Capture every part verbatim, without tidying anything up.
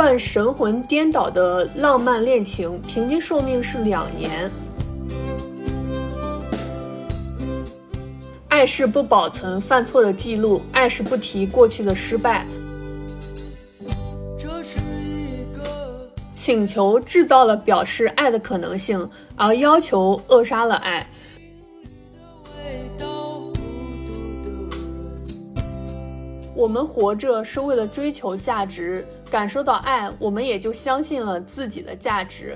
段神魂颠倒的浪漫恋情，平均寿命是两年。爱是不保存犯错的记录，爱是不提过去的失败。请求制造了表示爱的可能性，而要求扼杀了爱。我们活着是为了追求价值，感受到爱，我们也就相信了自己的价值。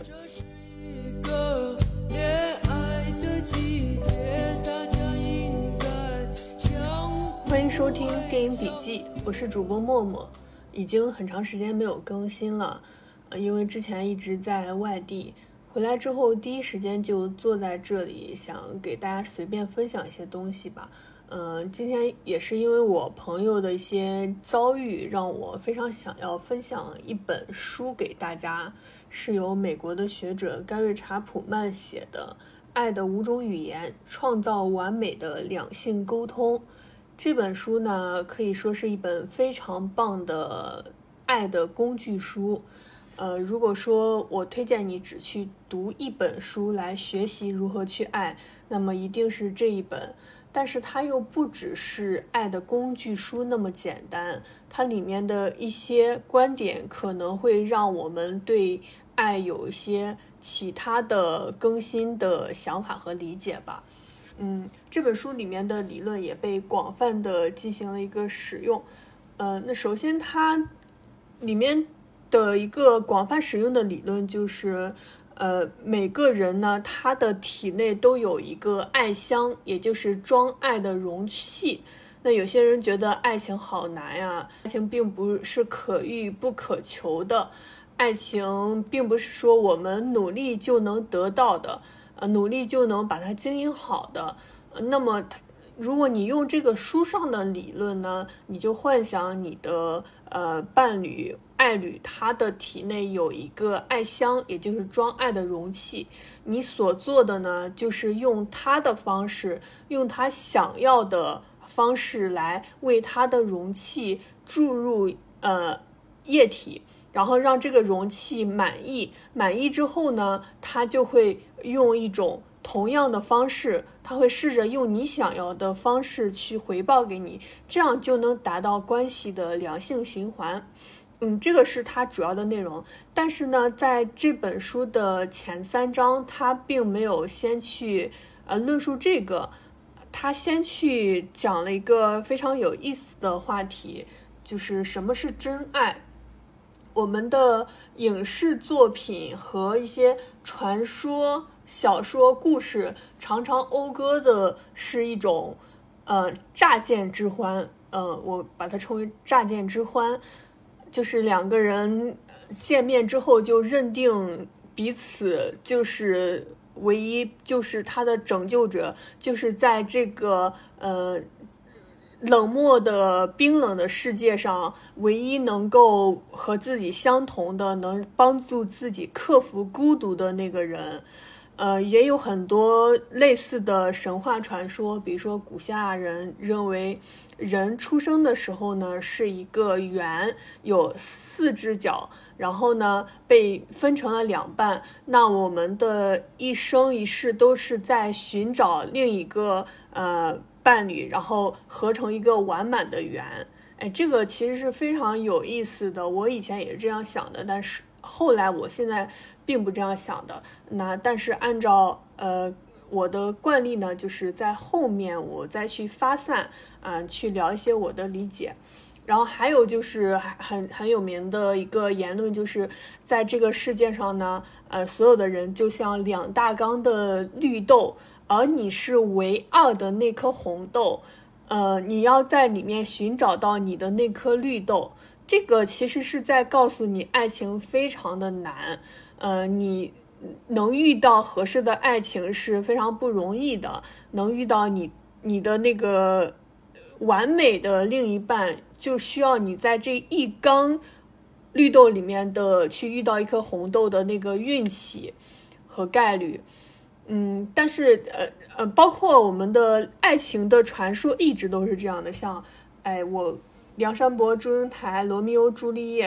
欢迎收听电影笔记，我是主播默默。已经很长时间没有更新了，因为之前一直在外地，回来之后第一时间就坐在这里，想给大家随便分享一些东西吧。嗯、呃，今天也是因为我朋友的一些遭遇，让我非常想要分享一本书给大家，是由美国的学者盖瑞查普曼写的《爱的五种语言：创造完美的两性沟通》。这本书呢，可以说是一本非常棒的爱的工具书。呃，如果说我推荐你只去读一本书来学习如何去爱，那么一定是这一本。但是它又不只是爱的工具书那么简单，它里面的一些观点可能会让我们对爱有一些其他的更新的想法和理解吧。嗯，这本书里面的理论也被广泛的进行了一个使用。呃，那首先它里面的一个广泛使用的理论就是，呃，每个人呢，他的体内都有一个爱箱，也就是装爱的容器。那有些人觉得爱情好难呀，爱情并不是可遇不可求的，爱情并不是说我们努力就能得到的。呃，努力就能把它经营好的。呃、那么如果你用这个书上的理论呢，你就幻想你的呃伴侣爱侣，他的体内有一个爱箱，也就是装爱的容器。你所做的呢，就是用他的方式，用他想要的方式来为他的容器注入呃液体，然后让这个容器满意，满意之后呢，他就会用一种同样的方式，他会试着用你想要的方式去回报给你，这样就能达到关系的良性循环。嗯，这个是它主要的内容。但是呢，在这本书的前三章，它并没有先去呃论述这个，他先去讲了一个非常有意思的话题，就是什么是真爱。我们的影视作品和一些传说、小说、故事常常讴歌的是一种呃乍见之欢，呃，我把它称为乍见之欢，就是两个人见面之后就认定彼此就是唯一，就是他的拯救者，就是在这个呃冷漠的冰冷的世界上唯一能够和自己相同的，能帮助自己克服孤独的那个人。呃，也有很多类似的神话传说，比如说古希腊人认为人出生的时候呢是一个圆，有四只脚，然后呢被分成了两半，那我们的一生一世都是在寻找另一个呃伴侣，然后合成一个完满的圆。哎，这个其实是非常有意思的，我以前也是这样想的，但是后来我现在并不这样想的。那但是按照呃我的惯例呢，就是在后面我再去发散啊、呃，去聊一些我的理解。然后还有就是很很有名的一个言论，就是在这个世界上呢，呃，所有的人就像两大缸的绿豆，而你是唯二的那颗红豆，呃，你要在里面寻找到你的那颗绿豆。这个其实是在告诉你，爱情非常的难，呃，你能遇到合适的爱情是非常不容易的，能遇到你你的那个完美的另一半，就需要你在这一缸绿豆里面的去遇到一颗红豆的那个运气和概率。嗯，但是呃呃，包括我们的爱情的传说一直都是这样的，像哎我梁山伯祝英台、罗密欧朱丽叶，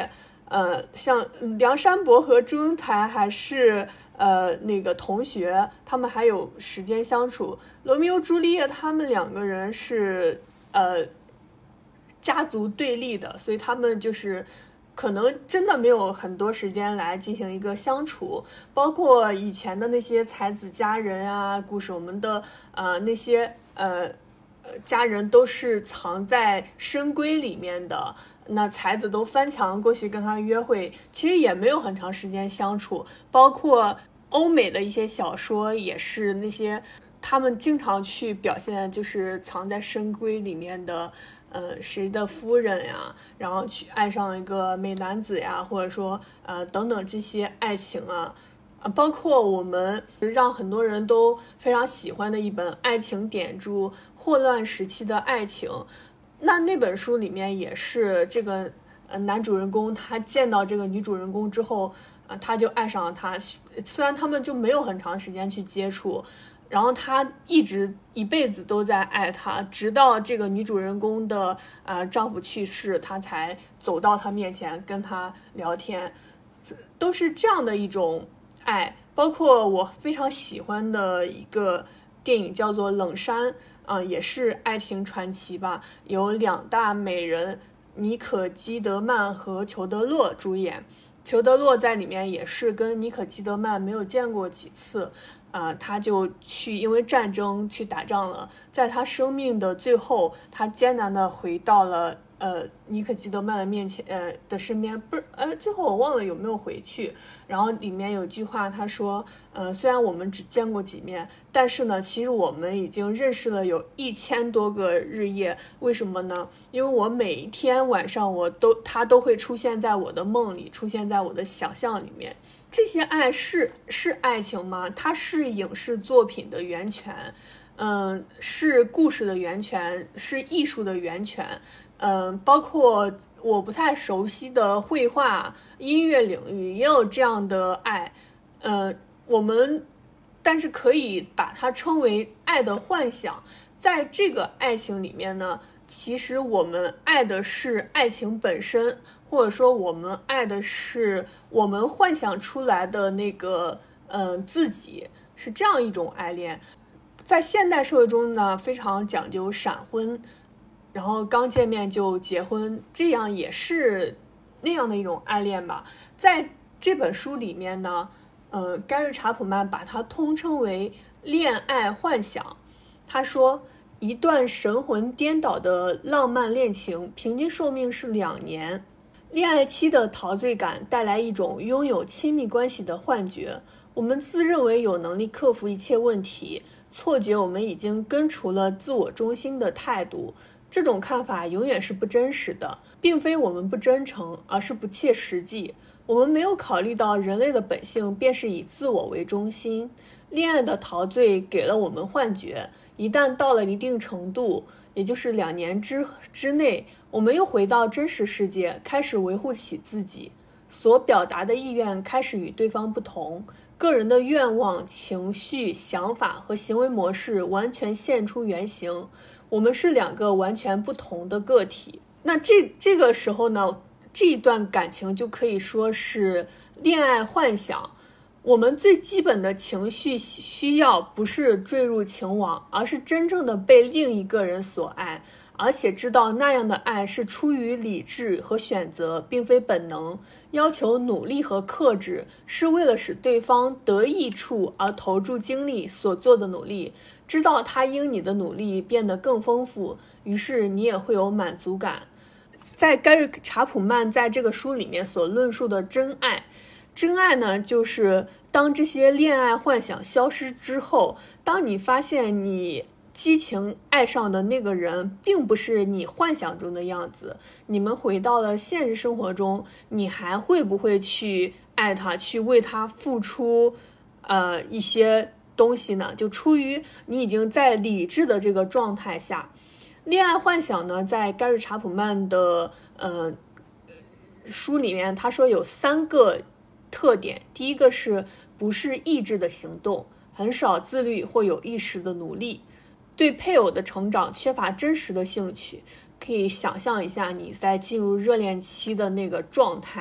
呃，像梁山伯和祝英台还是呃那个同学，他们还有时间相处。罗密欧朱丽叶他们两个人是呃家族对立的，所以他们就是可能真的没有很多时间来进行一个相处。包括以前的那些才子佳人啊故事，我们的呃那些呃家人都是藏在深闺里面的，那才子都翻墙过去跟他约会，其实也没有很长时间相处。包括欧美的一些小说也是那些他们经常去表现就是藏在深闺里面的呃谁的夫人呀，然后去爱上一个美男子呀，或者说呃等等这些爱情啊。啊，包括我们让很多人都非常喜欢的一本爱情典著《霍乱时期的爱情》，那那本书里面也是这个呃男主人公他见到这个女主人公之后，啊、呃、他就爱上了她，虽然他们就没有很长时间去接触，然后他一直一辈子都在爱她，直到这个女主人公的呃丈夫去世，他才走到她面前跟她聊天，都是这样的一种爱。包括我非常喜欢的一个电影叫做《冷杉》，呃，也是爱情传奇吧，有两大美人妮可基德曼和裘德洛主演。裘德洛在里面也是跟妮可基德曼没有见过几次，呃，他就去因为战争去打仗了，在他生命的最后，他艰难的回到了呃妮可基德曼的面前呃的身边，不是呃最后我忘了有没有回去。然后里面有句话他说，呃虽然我们只见过几面，但是呢其实我们已经认识了有一千多个日夜。为什么呢？因为我每一天晚上我都他都会出现在我的梦里，出现在我的想象里面。这些爱是是爱情吗？它是影视作品的源泉，嗯，是故事的源泉，是艺术的源泉，嗯，包括我不太熟悉的绘画、音乐领域也有这样的爱，呃，我们但是可以把它称为爱的幻想。在这个爱情里面呢，其实我们爱的是爱情本身，或者说我们爱的是我们幻想出来的那个嗯、呃、自己，是这样一种爱恋。在现代社会中呢，非常讲究闪婚，然后刚见面就结婚，这样也是那样的一种爱恋吧。在这本书里面呢，呃，盖瑞·查普曼把它通称为恋爱幻想。他说，一段神魂颠倒的浪漫恋情，平均寿命是两年。恋爱期的陶醉感带来一种拥有亲密关系的幻觉，我们自认为有能力克服一切问题，错觉我们已经根除了自我中心的态度。这种看法永远是不真实的，并非我们不真诚，而是不切实际。我们没有考虑到人类的本性便是以自我为中心。恋爱的陶醉给了我们幻觉，一旦到了一定程度，也就是两年之之内，我们又回到真实世界，开始维护起自己，所表达的意愿开始与对方不同，个人的愿望、情绪、想法和行为模式完全现出原形。我们是两个完全不同的个体。那这这个时候呢，这一段感情就可以说是恋爱幻想。我们最基本的情绪需要不是坠入情网，而是真正的被另一个人所爱，而且知道那样的爱是出于理智和选择，并非本能。要求努力和克制，是为了使对方得益处而投注精力所做的努力，知道他因你的努力变得更丰富，于是你也会有满足感。在盖瑞·查普曼在这个书里面所论述的真爱，真爱呢，就是当这些恋爱幻想消失之后，当你发现你激情爱上的那个人并不是你幻想中的样子，你们回到了现实生活中，你还会不会去爱他，去为他付出呃一些东西呢？就出于你已经在理智的这个状态下。恋爱幻想呢，在盖瑞·查普曼的呃书里面，他说有三个特点。第一个是不是意志的行动，很少自律或有意识的努力，对配偶的成长缺乏真实的兴趣。可以想象一下你在进入热恋期的那个状态，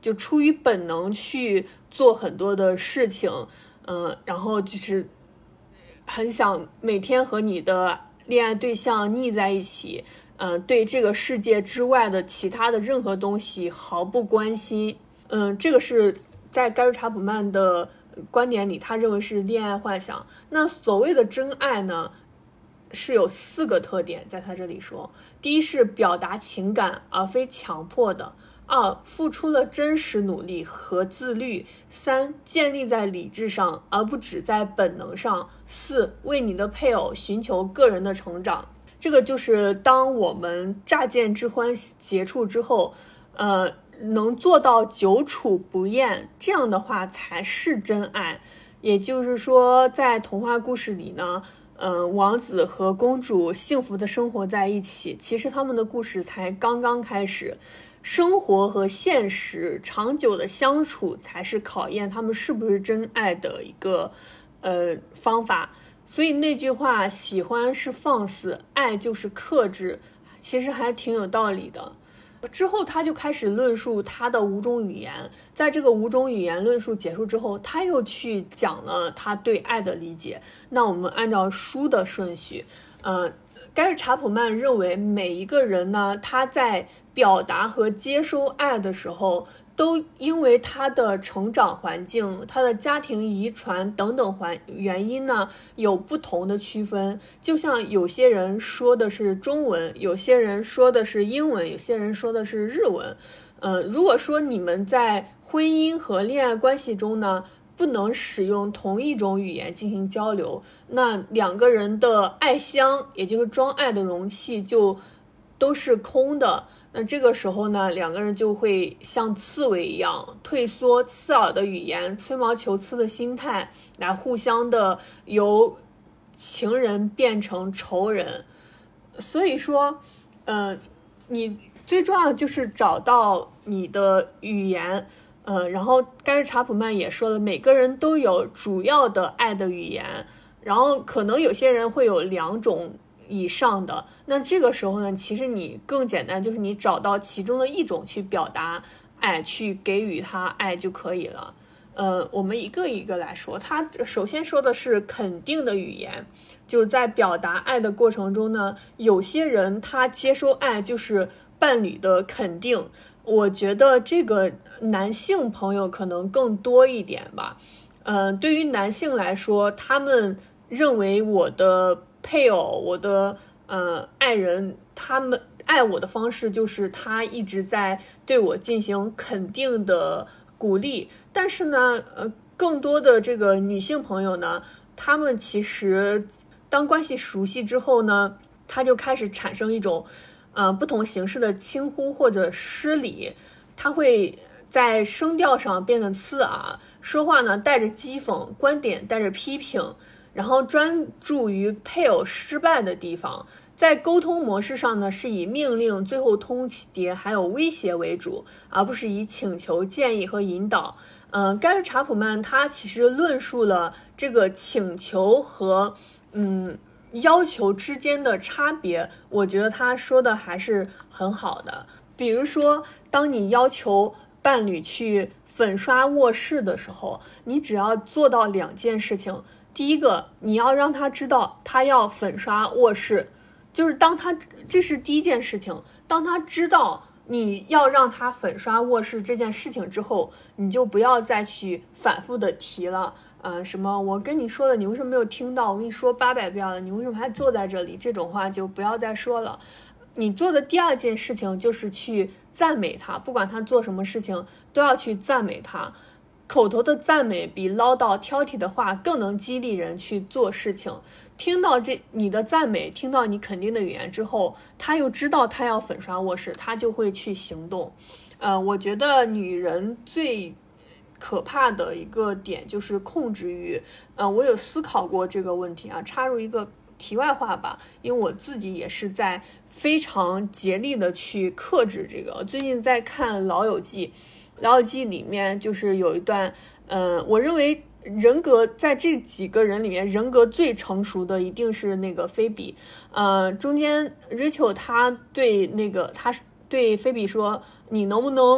就出于本能去做很多的事情，嗯、呃，然后就是很想每天和你的恋爱对象腻在一起，嗯、呃，对这个世界之外的其他的任何东西毫不关心，嗯、呃，这个是在盖瑞查普曼的观点里，他认为是恋爱幻想。那所谓的真爱呢，是有四个特点，在他这里说，第一是表达情感而非强迫的，二付出了真实努力和自律，三建立在理智上而不只在本能上，四为你的配偶寻求个人的成长。这个就是当我们乍见之欢结处之后，呃，能做到久处不厌，这样的话才是真爱。也就是说，在童话故事里呢，嗯、呃，王子和公主幸福的生活在一起，其实他们的故事才刚刚开始。生活和现实长久的相处才是考验他们是不是真爱的一个呃方法。所以那句话，喜欢是放肆，爱就是克制，其实还挺有道理的。之后他就开始论述他的五种语言，在这个五种语言论述结束之后，他又去讲了他对爱的理解。那我们按照书的顺序，呃，盖瑞查普曼认为每一个人呢，他在表达和接收爱的时候，都因为他的成长环境、他的家庭遗传等等环原因呢，有不同的区分。就像有些人说的是中文，有些人说的是英文，有些人说的是日文。呃，如果说你们在婚姻和恋爱关系中呢，不能使用同一种语言进行交流，那两个人的爱箱，也就是装爱的容器，就都是空的。那这个时候呢，两个人就会像刺猬一样退缩，刺耳的语言，吹毛求疵的心态，来互相的由情人变成仇人。所以说，呃，你最重要的就是找到你的语言。呃，然后盖瑞查普曼也说了，每个人都有主要的爱的语言，然后可能有些人会有两种以上的，那这个时候呢，其实你更简单，就是你找到其中的一种去表达爱，去给予他爱就可以了。呃，我们一个一个来说，他首先说的是肯定的语言，就在表达爱的过程中呢，有些人他接收爱就是伴侣的肯定，我觉得这个男性朋友可能更多一点吧。呃，对于男性来说，他们认为我的配偶，我的呃爱人，他们爱我的方式就是他一直在对我进行肯定的鼓励。但是呢，呃，更多的这个女性朋友呢，他们其实当关系熟悉之后呢，他就开始产生一种呃不同形式的轻忽或者失礼，他会在声调上变得刺耳，说话呢带着讥讽，观点带着批评，然后专注于配偶失败的地方。在沟通模式上呢，是以命令、最后通牒还有威胁为主，而不是以请求、建议和引导。嗯，盖瑞查普曼他其实论述了这个请求和嗯要求之间的差别，我觉得他说的还是很好的。比如说，当你要求伴侣去粉刷卧室的时候，你只要做到两件事情。第一个，你要让他知道他要粉刷卧室，就是当他这是第一件事情，当他知道你要让他粉刷卧室这件事情之后，你就不要再去反复的提了。呃，什么我跟你说了，你为什么没有听到？我跟你说八百遍了，你为什么还坐在这里？这种话就不要再说了。你做的第二件事情就是去赞美他，不管他做什么事情，都要去赞美他。口头的赞美比唠叨挑剔的话更能激励人去做事情。听到这你的赞美，听到你肯定的语言之后，他又知道他要粉刷卧室，他就会去行动。呃，我觉得女人最可怕的一个点就是控制欲。呃，我有思考过这个问题啊，插入一个题外话吧，因为我自己也是在非常竭力的去克制这个。最近在看《老友记》，《老友记》里面就是有一段，呃，我认为人格在这几个人里面，人格最成熟的一定是那个菲比。呃，中间 Rachel 她对那个她对菲比说：“你能不能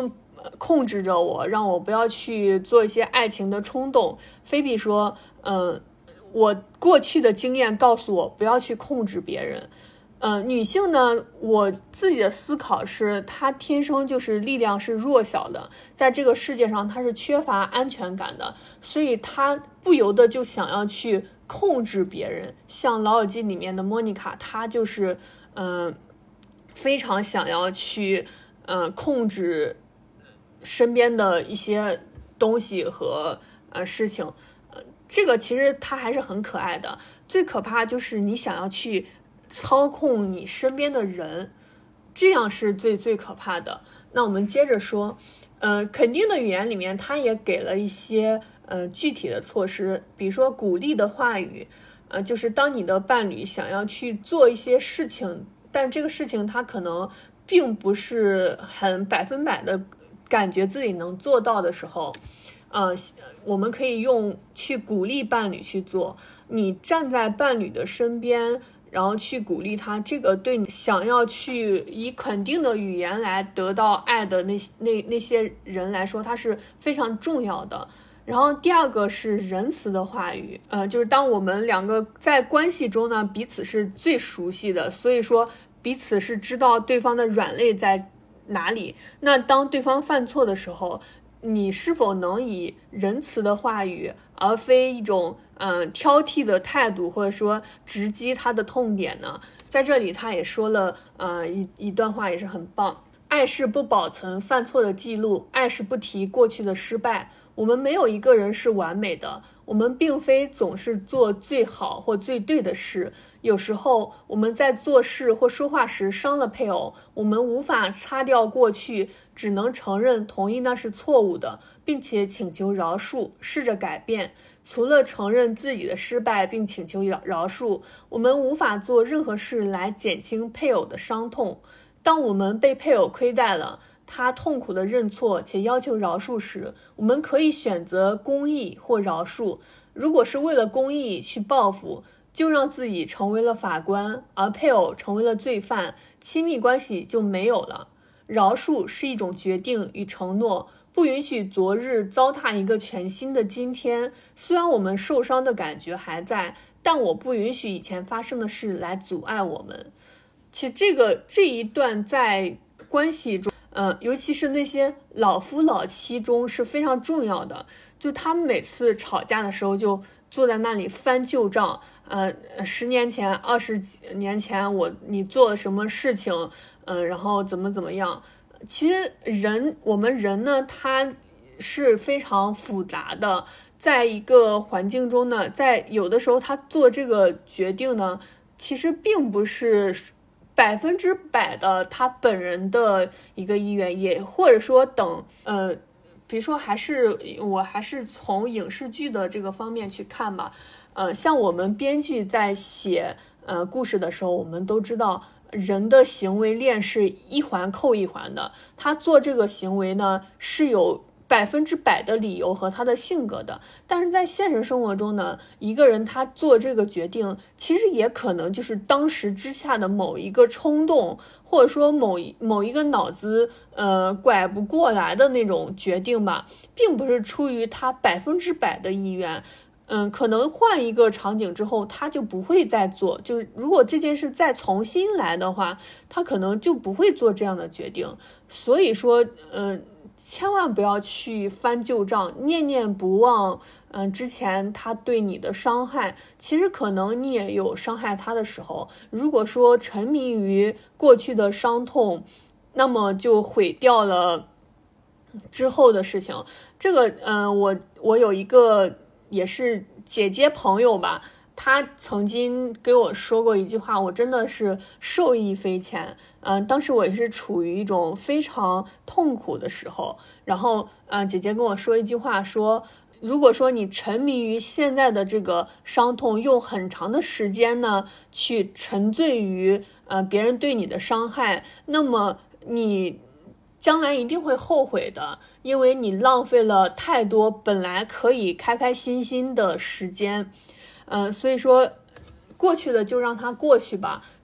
控制着我，让我不要去做一些爱情的冲动。菲比说，嗯，我过去的经验告诉我不要去控制别人。呃，女性呢，我自己的思考是，她天生就是力量是弱小的，在这个世界上她是缺乏安全感的，所以她不由得就想要去控制别人。像《老友记》里面的莫妮卡，她就是嗯、呃，非常想要去呃控制身边的一些东西和呃事情。呃，这个其实她还是很可爱的。最可怕就是你想要去操控你身边的人，这样是最最可怕的。那我们接着说，呃，肯定的语言里面，它也给了一些呃具体的措施，比如说鼓励的话语，呃，就是当你的伴侣想要去做一些事情，但这个事情他可能并不是很百分百的感觉自己能做到的时候，呃，我们可以用去鼓励伴侣去做，你站在伴侣的身边，然后去鼓励他，这个对你想要去以肯定的语言来得到爱的那那那些人来说，它是非常重要的。然后第二个是仁慈的话语，呃，就是当我们两个在关系中呢，彼此是最熟悉的，所以说彼此是知道对方的软肋在哪里。那当对方犯错的时候，你是否能以仁慈的话语，而非一种嗯、呃、挑剔的态度，或者说直击他的痛点呢？在这里他也说了呃一一段话，也是很棒。爱是不保存犯错的记录，爱是不提过去的失败。我们没有一个人是完美的，我们并非总是做最好或最对的事。有时候我们在做事或说话时伤了配偶，我们无法擦掉过去，只能承认同意那是错误的，并且请求饶恕，试着改变。除了承认自己的失败并请求饶饶恕，我们无法做任何事来减轻配偶的伤痛。当我们被配偶亏待了，他痛苦地认错且要求饶恕时，我们可以选择公义或饶恕。如果是为了公义去报复，就让自己成为了法官，而配偶成为了罪犯，亲密关系就没有了。饶恕是一种决定与承诺，不允许昨日糟蹋一个全新的今天。虽然我们受伤的感觉还在，但我不允许以前发生的事来阻碍我们。其实这个这一段在关系中呃，尤其是那些老夫老妻中是非常重要的。就他们每次吵架的时候就坐在那里翻旧账，呃，十年前、二十几年前我你做了什么事情，嗯、呃，然后怎么怎么样。其实人，我们人呢，他是非常复杂的，在一个环境中呢，在有的时候他做这个决定呢，其实并不是百分之百的他本人的一个意愿，也或者说等呃，比如说还是我还是从影视剧的这个方面去看吧，呃，像我们编剧在写呃故事的时候，我们都知道人的行为链是一环扣一环的，他做这个行为呢是有百分之百的理由和他的性格的。但是在现实生活中呢，一个人他做这个决定，其实也可能就是当时之下的某一个冲动，或者说某一某一个脑子呃拐不过来的那种决定吧，并不是出于他百分之百的意愿。嗯，可能换一个场景之后，他就不会再做。就是如果这件事再重新来的话，他可能就不会做这样的决定。所以说，嗯。千万不要去翻旧账，念念不忘嗯、呃，之前他对你的伤害，其实可能你也有伤害他的时候。如果说沉迷于过去的伤痛，那么就毁掉了之后的事情。这个嗯、呃，我我有一个也是姐姐朋友吧，他曾经给我说过一句话，我真的是受益匪浅。嗯、呃，当时我也是处于一种非常痛苦的时候，然后呃，姐姐跟我说一句话，说如果说你沉迷于现在的这个伤痛，用很长的时间呢去沉醉于呃别人对你的伤害，那么你将来一定会后悔的，因为你浪费了太多本来可以开开心心的时间。嗯、呃，所以说过去的就让它过去吧。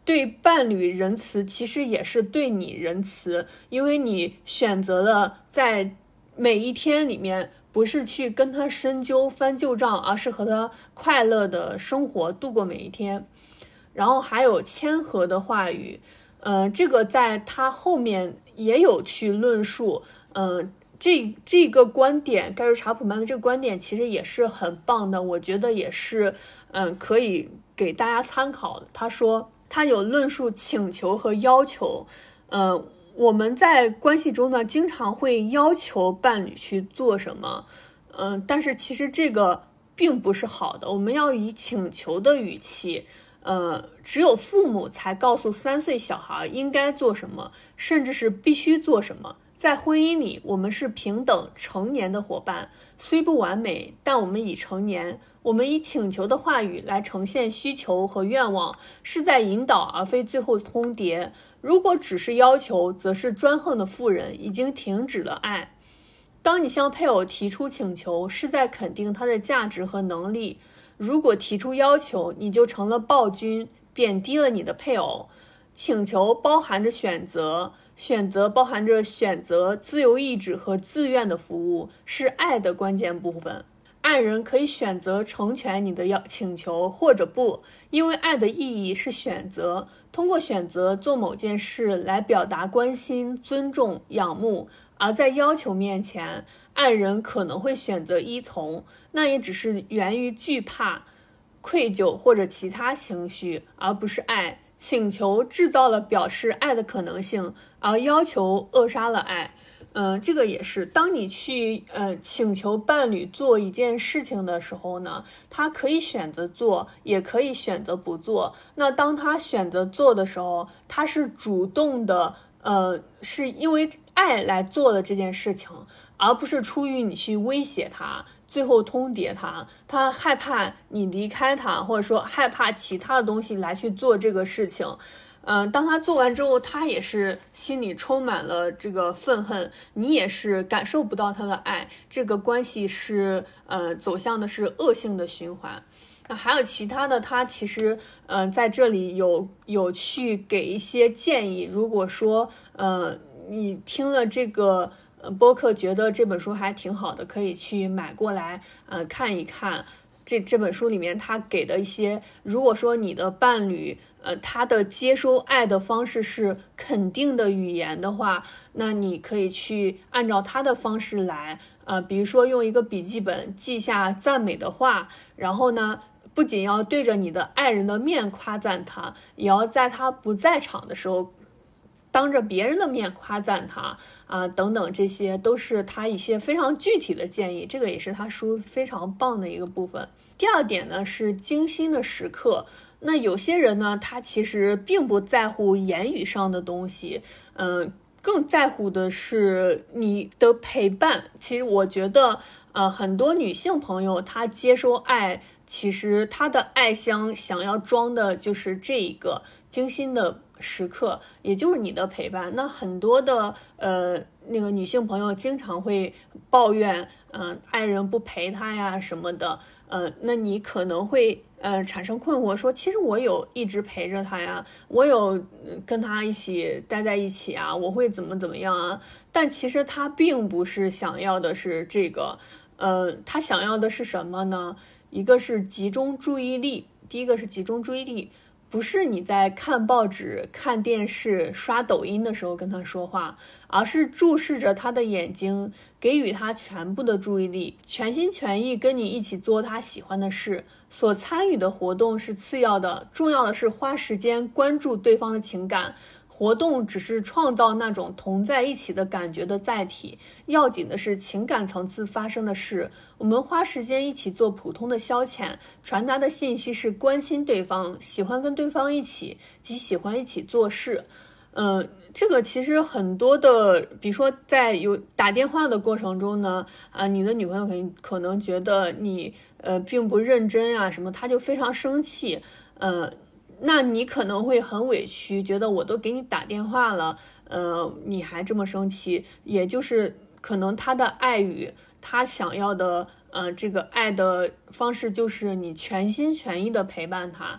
对伴侣仁慈，其实也是对你仁慈，因为你选择了在每一天里面不是去跟他深究翻旧账，而是和他快乐的生活度过每一天。然后还有谦和的话语，呃，这个在他后面也有去论述，呃，这这个观点，盖瑞查普曼的这个观点其实也是很棒的，我觉得也是，嗯、呃，可以给大家参考的。他说他有论述请求和要求，呃，我们在关系中呢，经常会要求伴侣去做什么，嗯、呃，但是其实这个并不是好的，我们要以请求的语气。呃，只有父母才告诉三岁小孩应该做什么，甚至是必须做什么。在婚姻里，我们是平等成年的伙伴，虽不完美，但我们已成年。我们以请求的话语来呈现需求和愿望，是在引导，而非最后通牒。如果只是要求，则是专横的妇人，已经停止了爱。当你向配偶提出请求，是在肯定他的价值和能力。如果提出要求，你就成了暴君，贬低了你的配偶。请求包含着选择，选择包含着选择、自由意志和自愿的服务，是爱的关键部分。爱人可以选择成全你的要请求或者不，因为爱的意义是选择，通过选择做某件事来表达关心、尊重、仰慕。而在要求面前，爱人可能会选择依从，那也只是源于惧怕、愧疚或者其他情绪，而不是爱。请求制造了表示爱的可能性，而要求扼杀了爱。嗯、呃，这个也是，当你去呃请求伴侣做一件事情的时候呢，他可以选择做，也可以选择不做。那当他选择做的时候，他是主动的，呃，是因为爱来做的这件事情，而不是出于你去威胁他，最后通牒他，他害怕你离开他，或者说害怕其他的东西来去做这个事情。嗯、呃，当他做完之后，他也是心里充满了这个愤恨，你也是感受不到他的爱，这个关系是呃走向的是恶性的循环。那还有其他的，他其实呃在这里有有去给一些建议，如果说呃你听了这个呃播客觉得这本书还挺好的，可以去买过来呃看一看。这这本书里面他给的一些，如果说你的伴侣呃他的接收爱的方式是肯定的语言的话，那你可以去按照他的方式来，呃比如说用一个笔记本记下赞美的话，然后呢不仅要对着你的爱人的面夸赞他，也要在他不在场的时候当着别人的面夸赞他啊、呃，等等，这些都是他一些非常具体的建议，这个也是他书非常棒的一个部分。第二点呢是精心的时刻。那有些人呢，他其实并不在乎言语上的东西，嗯、呃，更在乎的是你的陪伴。其实我觉得，呃，很多女性朋友她接收爱，其实她的爱箱想要装的就是这一个精心的时刻，也就是你的陪伴。那很多的呃那个女性朋友经常会抱怨，嗯、呃，爱人不陪她呀什么的，呃，那你可能会呃产生困惑，说其实我有一直陪着她呀，我有跟她一起待在一起啊，我会怎么怎么样啊？但其实她并不是想要的是这个，呃，她想要的是什么呢？一个是集中注意力，第一个是集中注意力。不是你在看报纸、看电视、刷抖音的时候跟他说话，而是注视着他的眼睛，给予他全部的注意力，全心全意跟你一起做他喜欢的事。所参与的活动是次要的，重要的是花时间关注对方的情感。活动只是创造那种同在一起的感觉的载体，要紧的是情感层次发生的事。我们花时间一起做普通的消遣，传达的信息是关心对方，喜欢跟对方一起，及喜欢一起做事。嗯、呃，这个其实很多的，比如说在有打电话的过程中呢，啊、呃，你的女朋友可能可能觉得你呃并不认真啊什么，她就非常生气，呃。那你可能会很委屈，觉得我都给你打电话了，呃，你还这么生气，也就是可能他的爱语，他想要的，呃，这个爱的方式就是你全心全意的陪伴他，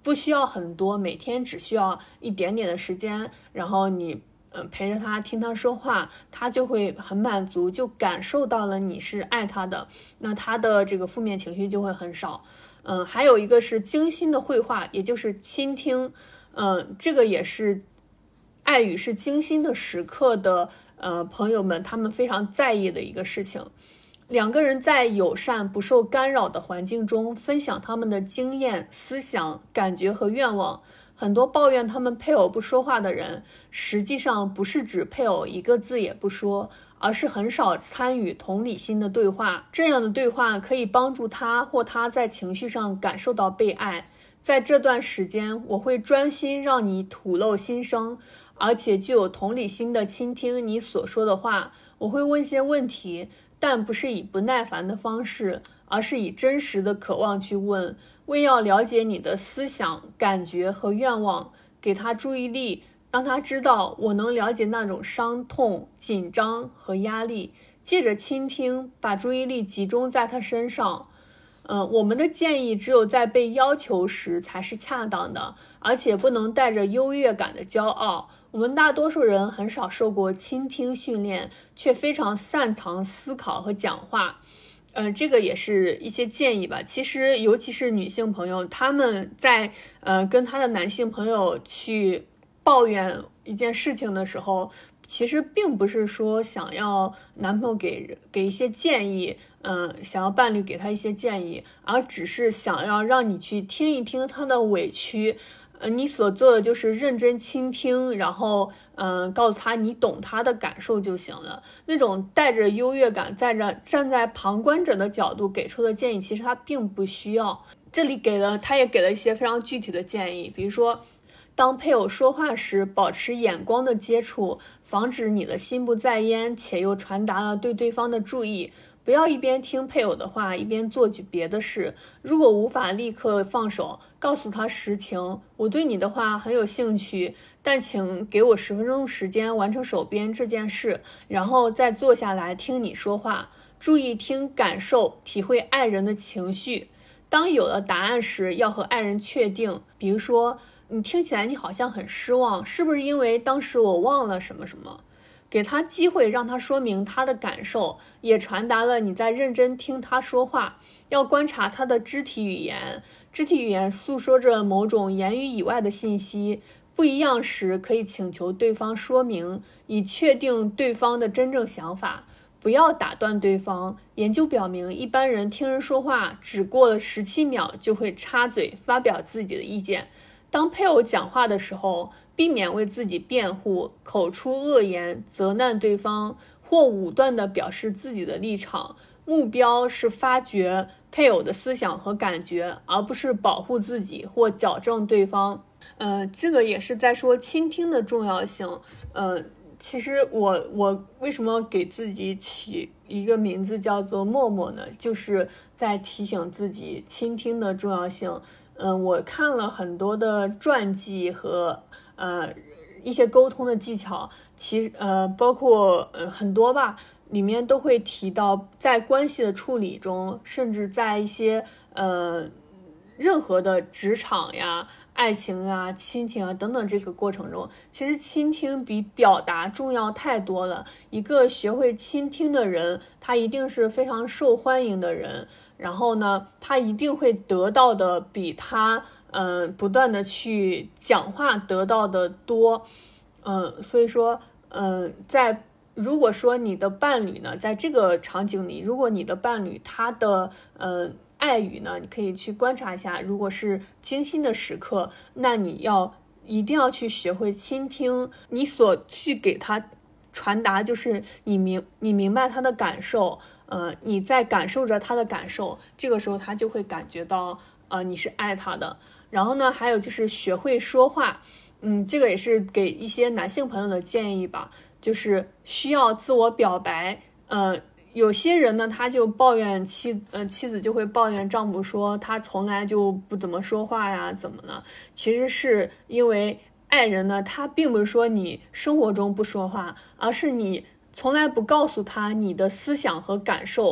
不需要很多，每天只需要一点点的时间，然后你嗯陪着他听他说话，他就会很满足，就感受到了你是爱他的，那他的这个负面情绪就会很少。嗯，还有一个是精心的绘画，也就是倾听，嗯，这个也是爱与是精心的时刻的呃朋友们他们非常在意的一个事情。两个人在友善不受干扰的环境中分享他们的经验、思想、感觉和愿望。很多抱怨他们配偶不说话的人，实际上不是指配偶一个字也不说，而是很少参与同理心的对话。这样的对话可以帮助他或他在情绪上感受到被爱。在这段时间，我会专心让你吐露心声，而且具有同理心的倾听你所说的话。我会问些问题，但不是以不耐烦的方式，而是以真实的渴望去问，为要了解你的思想、感觉和愿望，给他注意力，让他知道我能了解那种伤痛、紧张和压力。借着倾听，把注意力集中在他身上。嗯，我们的建议只有在被要求时才是恰当的，而且不能带着优越感的骄傲。我们大多数人很少受过倾听训练，却非常擅长思考和讲话。呃，这个也是一些建议吧。其实，尤其是女性朋友，她们在呃跟她的男性朋友去抱怨一件事情的时候，其实并不是说想要男朋友给给一些建议，嗯、呃，想要伴侣给他一些建议，而只是想要让你去听一听他的委屈。呃，你所做的就是认真倾听，然后嗯、呃，告诉他你懂他的感受就行了。那种带着优越感，带着站在旁观者的角度给出的建议，其实他并不需要。这里给了他也给了一些非常具体的建议，比如说，当配偶说话时，保持眼光的接触，防止你的心不在焉，且又传达了对对方的注意。不要一边听配偶的话，一边做举别的事。如果无法立刻放手，告诉他实情，我对你的话很有兴趣，但请给我十分钟时间完成手边这件事，然后再坐下来听你说话。注意听感受，体会爱人的情绪。当有了答案时，要和爱人确定，比如说，你听起来你好像很失望，是不是因为当时我忘了什么什么？给他机会让他说明他的感受，也传达了你在认真听他说话。要观察他的肢体语言，肢体语言诉说着某种言语以外的信息。不一样时，可以请求对方说明，以确定对方的真正想法。不要打断对方。研究表明，一般人听人说话只过了十七秒就会插嘴发表自己的意见。当配偶讲话的时候，避免为自己辩护，口出恶言，责难对方，或武断地表示自己的立场。目标是发掘配偶的思想和感觉，而不是保护自己或矫正对方。呃，这个也是在说倾听的重要性。呃，其实我我为什么给自己起一个名字叫做默默呢？就是在提醒自己倾听的重要性。嗯、呃，我看了很多的传记和呃一些沟通的技巧，其呃包括呃很多吧，里面都会提到，在关系的处理中，甚至在一些呃任何的职场呀、爱情啊、亲情啊等等这个过程中，其实倾听比表达重要太多了。一个学会倾听的人，他一定是非常受欢迎的人。然后呢，他一定会得到的比他嗯、呃、不断的去讲话得到的多。嗯、呃，所以说嗯、呃，在如果说你的伴侣呢，在这个场景里，如果你的伴侣他的呃爱语呢，你可以去观察一下，如果是精心的时刻，那你要一定要去学会倾听，你所去给他传达就是你明你明白他的感受，呃，你在感受着他的感受，这个时候他就会感觉到呃你是爱他的。然后呢，还有就是学会说话，嗯，这个也是给一些男性朋友的建议吧，就是需要自我表白。呃，有些人呢，他就抱怨妻呃妻子就会抱怨丈夫说他从来就不怎么说话呀，怎么呢？其实是因为爱人呢，他并不是说你生活中不说话，而是你从来不告诉他你的思想和感受。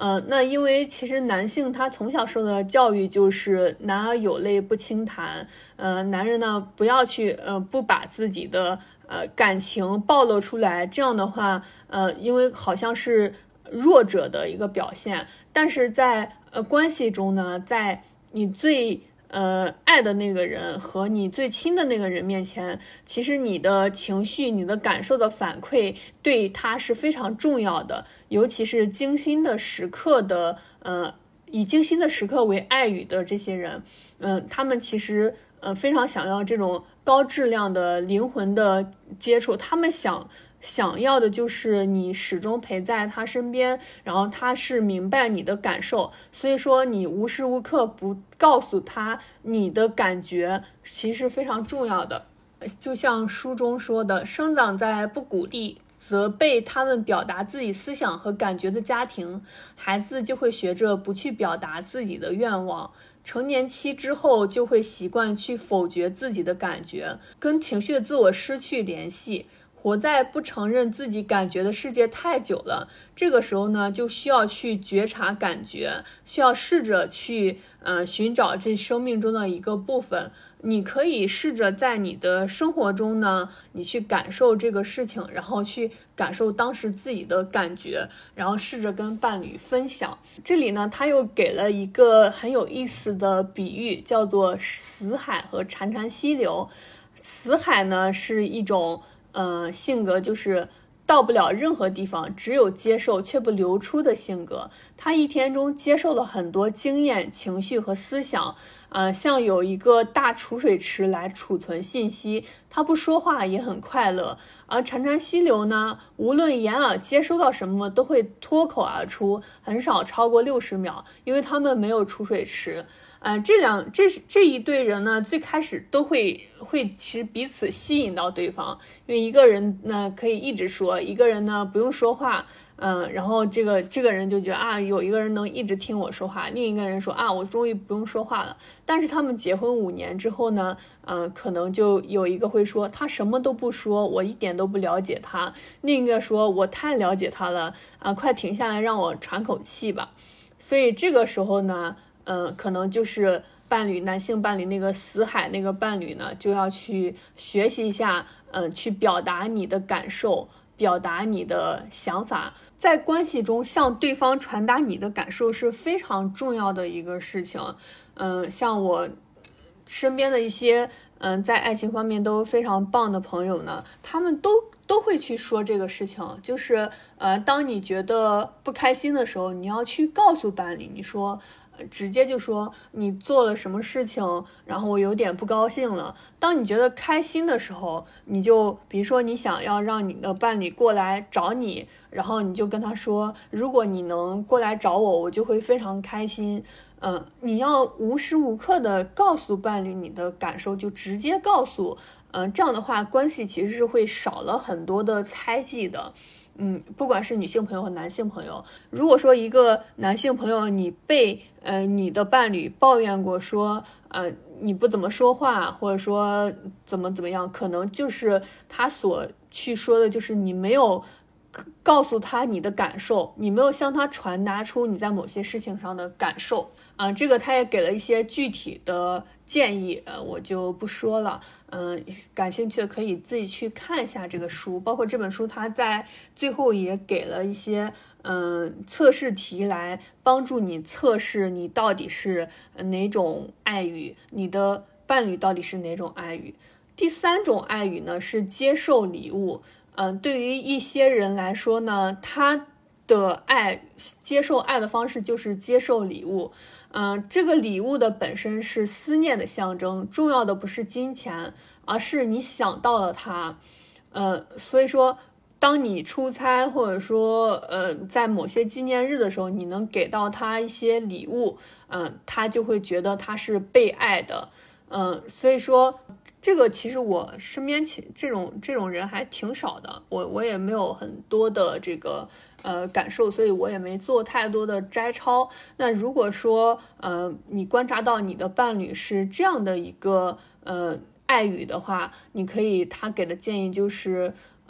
呃，那因为其实男性他从小受的教育就是男儿有泪不轻弹，呃，男人呢不要去呃不把自己的呃感情暴露出来，这样的话，呃，因为好像是弱者的一个表现，但是在呃关系中呢，在你最呃，爱的那个人和你最亲的那个人面前，其实你的情绪、你的感受的反馈对他是非常重要的，尤其是精心的时刻的，呃，以精心的时刻为爱语的这些人，嗯、呃，他们其实呃非常想要这种高质量的灵魂的接触，他们想。想要的就是你始终陪在他身边，然后他是明白你的感受，所以说你无时无刻不告诉他你的感觉，其实非常重要的。就像书中说的，生长在不鼓励责备他们表达自己思想和感觉的家庭，孩子就会学着不去表达自己的愿望。成年期之后，就会习惯去否决自己的感觉，跟情绪的自我失去联系。活在不承认自己感觉的世界太久了，这个时候呢，就需要去觉察感觉，需要试着去呃寻找这生命中的一个部分。你可以试着在你的生活中呢，你去感受这个事情，然后去感受当时自己的感觉，然后试着跟伴侣分享。这里呢，他又给了一个很有意思的比喻，叫做死海和潺潺溪流。死海呢是一种呃，性格就是到不了任何地方，只有接受却不流出的性格。他一天中接受了很多经验、情绪和思想，呃，像有一个大储水池来储存信息。他不说话也很快乐。而潺潺溪流呢，无论眼耳接收到什么，都会脱口而出，很少超过六十秒，因为他们没有储水池。呃，这两这这一对人呢，最开始都会会其实彼此吸引到对方，因为一个人呢可以一直说，一个人呢不用说话，嗯、呃，然后这个这个人就觉得啊，有一个人能一直听我说话，另一个人说啊，我终于不用说话了。但是他们结婚五年之后呢，嗯、呃，可能就有一个会说他什么都不说，我一点都不了解他；另一个说我太了解他了，啊、呃，快停下来让我喘口气吧。所以这个时候呢。嗯、呃，可能就是伴侣，男性伴侣那个死海那个伴侣呢，就要去学习一下，嗯、呃，去表达你的感受，表达你的想法，在关系中向对方传达你的感受是非常重要的一个事情。嗯、呃，像我身边的一些，嗯、呃，在爱情方面都非常棒的朋友呢，他们都。都会去说这个事情，就是呃，当你觉得不开心的时候，你要去告诉伴侣，你说，呃、直接就说你做了什么事情，然后我有点不高兴了。当你觉得开心的时候，你就比如说你想要让你的伴侣过来找你，然后你就跟他说，如果你能过来找我，我就会非常开心。嗯、呃，你要无时无刻的告诉伴侣你的感受，就直接告诉。嗯、呃，这样的话，关系其实是会少了很多的猜忌的。嗯，不管是女性朋友和男性朋友，如果说一个男性朋友你被呃你的伴侣抱怨过说，呃你不怎么说话，或者说怎么怎么样，可能就是他所去说的就是你没有告诉他你的感受，你没有向他传达出你在某些事情上的感受。啊、呃，这个他也给了一些具体的建议，呃，我就不说了。嗯、呃，感兴趣的可以自己去看一下这个书，包括这本书，它在最后也给了一些嗯、呃、测试题来帮助你测试你到底是哪种爱语，你的伴侣到底是哪种爱语。第三种爱语呢是接受礼物。嗯、呃，对于一些人来说呢，他的爱接受爱的方式就是接受礼物。嗯、呃，这个礼物的本身是思念的象征，重要的不是金钱，而是你想到了他。呃，所以说，当你出差或者说呃在某些纪念日的时候，你能给到他一些礼物，嗯、呃，他就会觉得他是被爱的。嗯、呃，所以说。这个其实我身边这种这种人还挺少的，我我也没有很多的这个呃感受，所以我也没做太多的摘抄。那如果说呃你观察到你的伴侣是这样的一个呃爱语的话，你可以他给的建议就是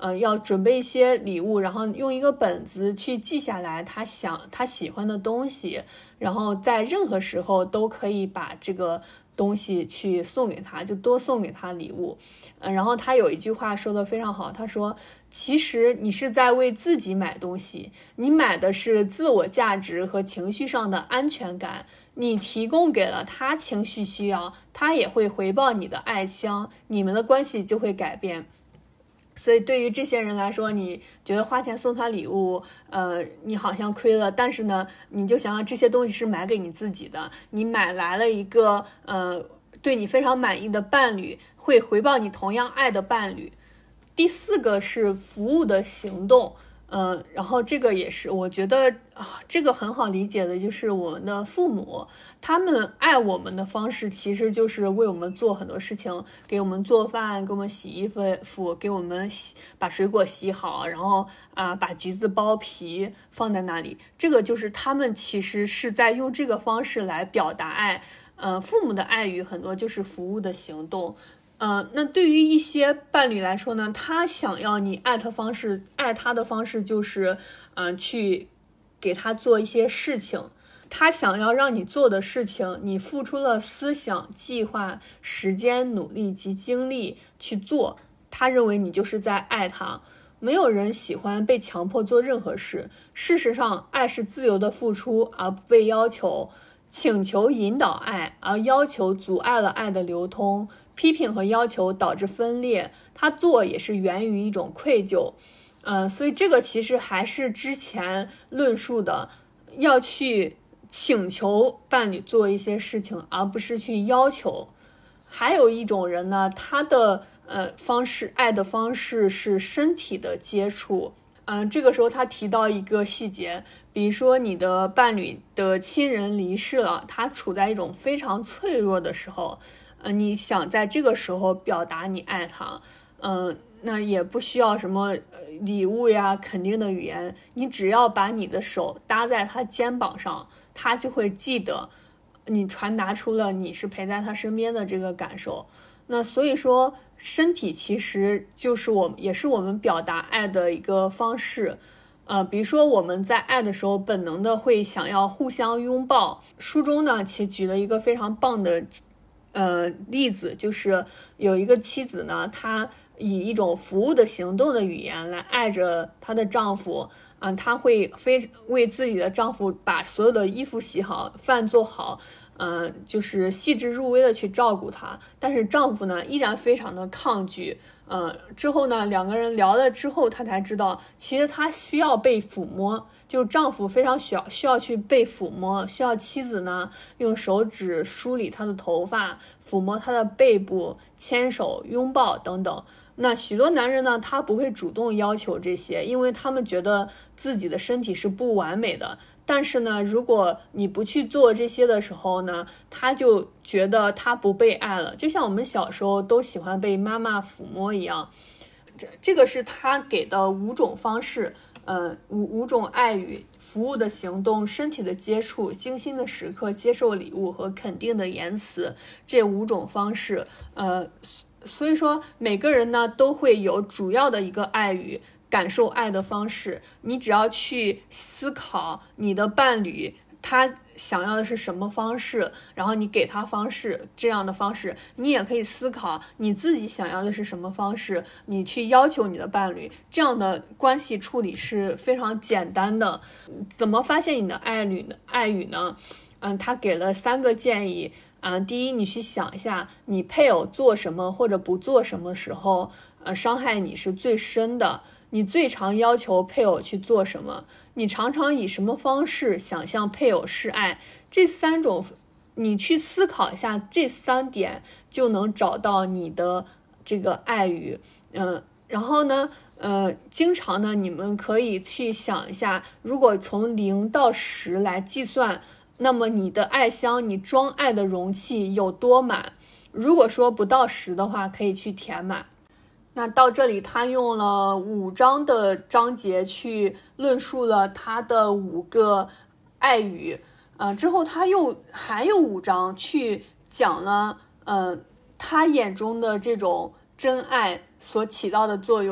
呃，要准备一些礼物，然后用一个本子去记下来他想他喜欢的东西，然后在任何时候都可以把这个东西去送给他，就多送给他礼物。嗯，然后他有一句话说的非常好，他说其实你是在为自己买东西，你买的是自我价值和情绪上的安全感，你提供给了他情绪需要，他也会回报你的爱香，你们的关系就会改变。所以对于这些人来说，你觉得花钱送他礼物，呃，你好像亏了，但是呢，你就想想这些东西是买给你自己的，你买来了一个呃对你非常满意的伴侣，会回报你同样爱的伴侣。第四个是服务的行动。嗯，然后这个也是我觉得啊，这个很好理解的，就是我们的父母，他们爱我们的方式其实就是为我们做很多事情，给我们做饭，给我们洗衣服，给我们洗把水果洗好，然后啊把橘子剥皮放在那里，这个就是他们其实是在用这个方式来表达爱。呃，父母的爱语很多就是服务的行动。呃，那对于一些伴侣来说呢，他想要你爱他方式，爱他的方式就是，嗯、呃，去给他做一些事情。他想要让你做的事情，你付出了思想、计划、时间、努力及精力去做，他认为你就是在爱他。没有人喜欢被强迫做任何事。事实上，爱是自由的付出，而不被要求。请求引导爱，而要求阻碍了爱的流通。批评和要求导致分裂，他做也是源于一种愧疚。呃，所以这个其实还是之前论述的，要去请求伴侣做一些事情，而不是去要求。还有一种人呢，他的呃方式，爱的方式是身体的接触。嗯、呃，这个时候他提到一个细节，比如说你的伴侣的亲人离世了，他处在一种非常脆弱的时候。呃，你想在这个时候表达你爱他，嗯、呃，那也不需要什么礼物呀、肯定的语言，你只要把你的手搭在他肩膀上，他就会记得你传达出了你是陪在他身边的这个感受。那所以说，身体其实就是我也是我们表达爱的一个方式。呃，比如说我们在爱的时候，本能的会想要互相拥抱。书中呢，其实举了一个非常棒的。呃，例子就是有一个妻子呢，她以一种服务的行动的语言来爱着她的丈夫，嗯、呃，她会非为自己的丈夫把所有的衣服洗好，饭做好，嗯、呃，就是细致入微的去照顾她。但是丈夫呢，依然非常的抗拒。呃，之后呢，两个人聊了之后，她才知道，其实她需要被抚摸。就丈夫非常需要需要去被抚摸，需要妻子呢用手指梳理他的头发，抚摸他的背部，牵手、拥抱等等。那许多男人呢，他不会主动要求这些，因为他们觉得自己的身体是不完美的。但是呢，如果你不去做这些的时候呢，他就觉得他不被爱了，就像我们小时候都喜欢被妈妈抚摸一样。这这个是他给的五种方式。呃，五五种爱语：服务的行动、身体的接触、精心的时刻、接受礼物和肯定的言辞，这五种方式。呃，所以说每个人呢都会有主要的一个爱语，感受爱的方式。你只要去思考你的伴侣他想要的是什么方式，然后你给他方式，这样的方式。你也可以思考你自己想要的是什么方式，你去要求你的伴侣，这样的关系处理是非常简单的。怎么发现你的爱侣呢？爱语呢？嗯，他给了三个建议。嗯，第一，你去想一下，你配偶做什么或者不做什么时候，呃，伤害你是最深的。你最常要求配偶去做什么？你常常以什么方式想象配偶示爱？这三种，你去思考一下，这三点就能找到你的这个爱语。嗯、呃，然后呢，呃，经常呢，你们可以去想一下，如果从零到十来计算，那么你的爱箱，你装爱的容器有多满？如果说不到十的话，可以去填满。那到这里，他用了五章的章节去论述了他的五个爱语，呃，之后他又还有五章去讲了，呃，他眼中的这种真爱所起到的作用。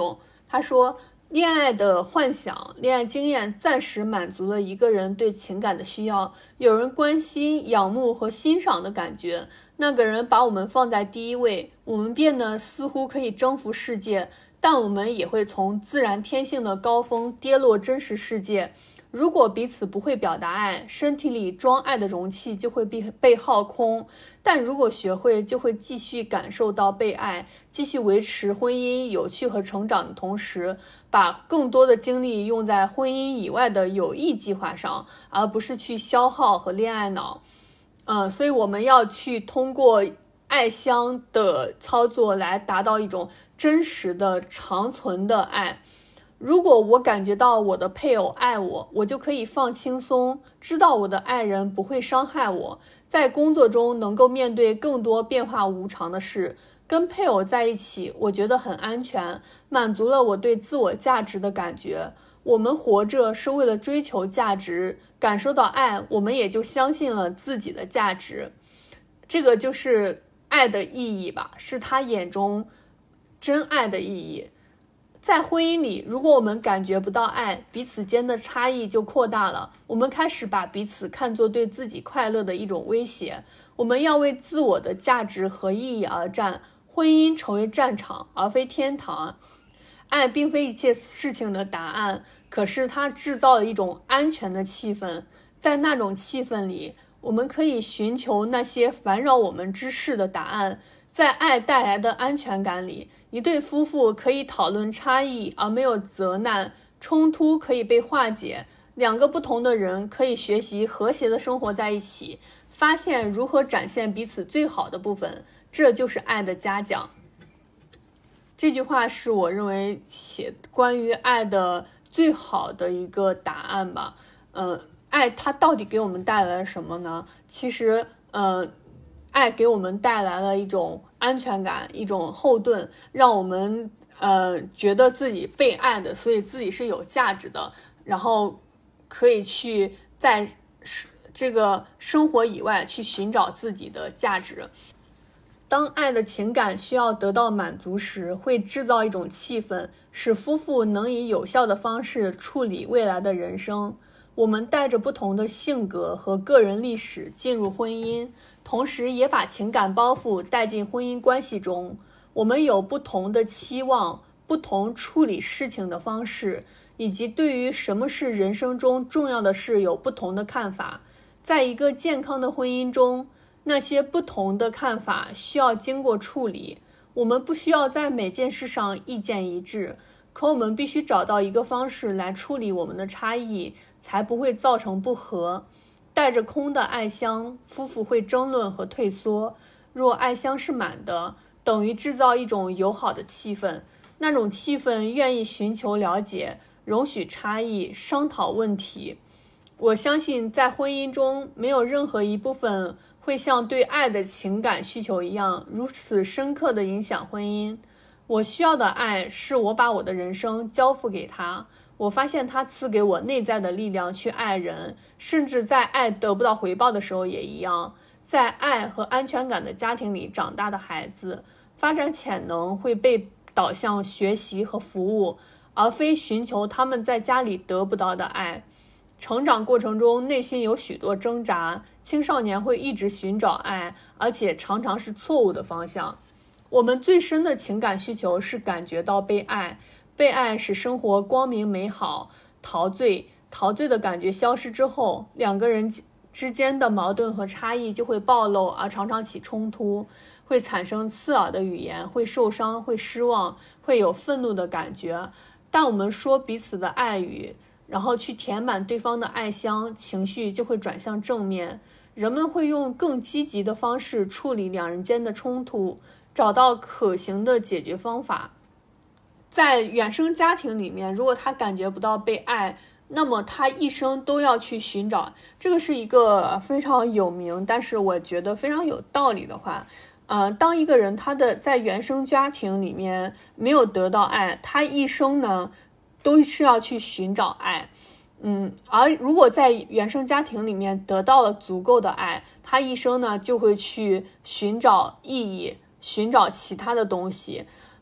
他说，恋爱的幻想，恋爱经验暂时满足了一个人对情感的需要，有人关心、仰慕和欣赏的感觉，那个人把我们放在第一位，我们变得似乎可以征服世界，但我们也会从自然天性的高峰跌落真实世界。如果彼此不会表达爱，身体里装爱的容器就会被被耗空，但如果学会，就会继续感受到被爱，继续维持婚姻有趣和成长的同时，把更多的精力用在婚姻以外的有益计划上，而不是去消耗和恋爱脑。嗯，所以我们要去通过爱香的操作来达到一种真实的长存的爱。如果我感觉到我的配偶爱我，我就可以放轻松，知道我的爱人不会伤害我，在工作中能够面对更多变化无常的事。跟配偶在一起，我觉得很安全，满足了我对自我价值的感觉。我们活着是为了追求价值，感受到爱，我们也就相信了自己的价值。这个就是爱的意义吧，是他眼中真爱的意义。在婚姻里，如果我们感觉不到爱，彼此间的差异就扩大了，我们开始把彼此看作对自己快乐的一种威胁。我们要为自我的价值和意义而战，婚姻成为战场而非天堂。爱并非一切事情的答案，可是它制造了一种安全的气氛，在那种气氛里，我们可以寻求那些烦扰我们之事的答案。在爱带来的安全感里，一对夫妇可以讨论差异而没有责难，冲突可以被化解，两个不同的人可以学习和谐的生活在一起，发现如何展现彼此最好的部分，这就是爱的嘉奖。这句话是我认为写关于爱的最好的一个答案吧。呃，爱它到底给我们带来了什么呢？其实，呃，爱给我们带来了一种安全感，一种后盾，让我们呃觉得自己被爱的，所以自己是有价值的，然后可以去在这个生活以外去寻找自己的价值。当爱的情感需要得到满足时，会制造一种气氛，使夫妇能以有效的方式处理未来的人生。我们带着不同的性格和个人历史进入婚姻，同时也把情感包袱带进婚姻关系中。我们有不同的期望，不同处理事情的方式，以及对于什么是人生中重要的事有不同的看法。在一个健康的婚姻中，那些不同的看法需要经过处理。我们不需要在每件事上意见一致，可我们必须找到一个方式来处理我们的差异，才不会造成不和。带着空的爱箱，夫妇会争论和退缩。若爱箱是满的，等于制造一种友好的气氛，那种气氛愿意寻求了解，容许差异，商讨问题。我相信在婚姻中，没有任何一部分会像对爱的情感需求一样如此深刻地影响婚姻。我需要的爱是我把我的人生交付给他，我发现他赐给我内在的力量去爱人，甚至在爱得不到回报的时候也一样。在爱和安全感的家庭里长大的孩子，发展潜能会被导向学习和服务，而非寻求他们在家里得不到的爱。成长过程中内心有许多挣扎，青少年会一直寻找爱，而且常常是错误的方向。我们最深的情感需求是感觉到被爱，被爱使生活光明美好。陶醉，陶醉的感觉消失之后，两个人之间的矛盾和差异就会暴露，而常常起冲突，会产生刺耳的语言，会受伤，会失望，会有愤怒的感觉。但我们说彼此的爱语，然后去填满对方的爱箱，情绪就会转向正面。人们会用更积极的方式处理两人间的冲突，找到可行的解决方法。在原生家庭里面，如果他感觉不到被爱，那么他一生都要去寻找。这个是一个非常有名，但是我觉得非常有道理的话。呃，当一个人他的在原生家庭里面没有得到爱，他一生呢都是要去寻找爱。嗯，而如果在原生家庭里面得到了足够的爱，他一生呢就会去寻找意义，寻找其他的东西。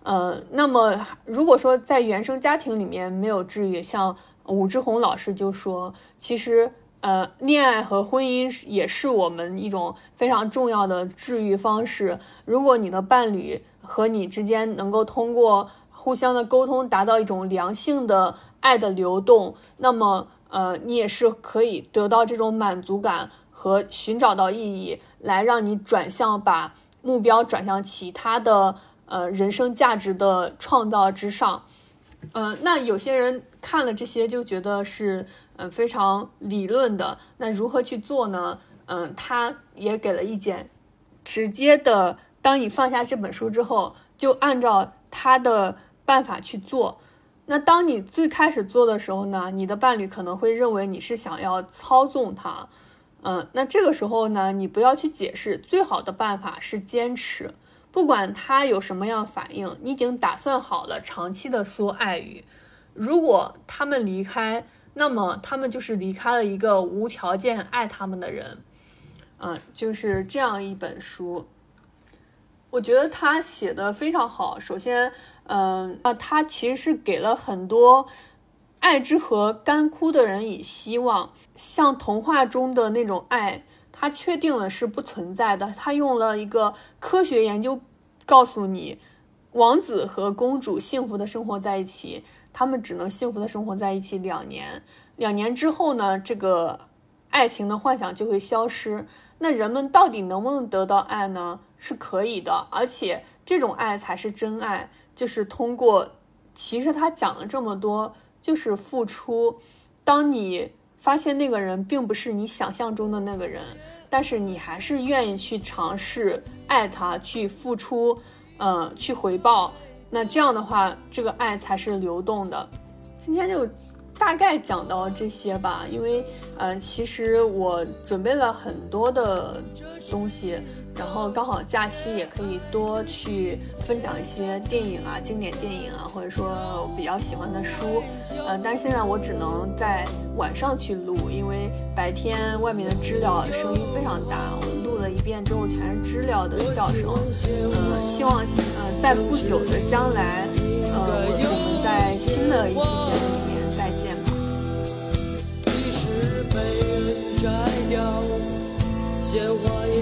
呃，那么如果说在原生家庭里面没有治愈，像武志红老师就说，其实呃，恋爱和婚姻也是我们一种非常重要的治愈方式。如果你的伴侣和你之间能够通过互相的沟通达到一种良性的爱的流动，那么呃，你也是可以得到这种满足感和寻找到意义，来让你转向把目标转向其他的呃人生价值的创造之上。呃，那有些人看了这些就觉得是嗯、呃、非常理论的，那如何去做呢？嗯、呃，他也给了意见，直接的，当你放下这本书之后，就按照他的办法去做。那当你最开始做的时候呢，你的伴侣可能会认为你是想要操纵他，嗯，那这个时候呢，你不要去解释，最好的办法是坚持，不管他有什么样的反应，你已经打算好了长期的说爱语。如果他们离开，那么他们就是离开了一个无条件爱他们的人，嗯，就是这样一本书。我觉得他写的非常好。首先，嗯、呃，他其实是给了很多爱之河干枯的人以希望。像童话中的那种爱，他确定了是不存在的。他用了一个科学研究告诉你，王子和公主幸福的生活在一起，他们只能幸福的生活在一起两年。两年之后呢，这个爱情的幻想就会消失。那人们到底能不能得到爱呢？是可以的，而且这种爱才是真爱，就是通过，其实他讲了这么多，就是付出。当你发现那个人并不是你想象中的那个人，但是你还是愿意去尝试爱他，去付出，呃，去回报，那这样的话，这个爱才是流动的。今天就大概讲到这些吧，因为呃，其实我准备了很多的东西，然后刚好假期也可以多去分享一些电影啊，经典电影啊，或者说我比较喜欢的书，呃，但是现在我只能在晚上去录，因为白天外面的知了声音非常大，我录了一遍之后全是知了的叫声，呃，希望呃在不久的将来，呃，我们在新的一期节目里面再见吧。 即使被人摘掉鲜花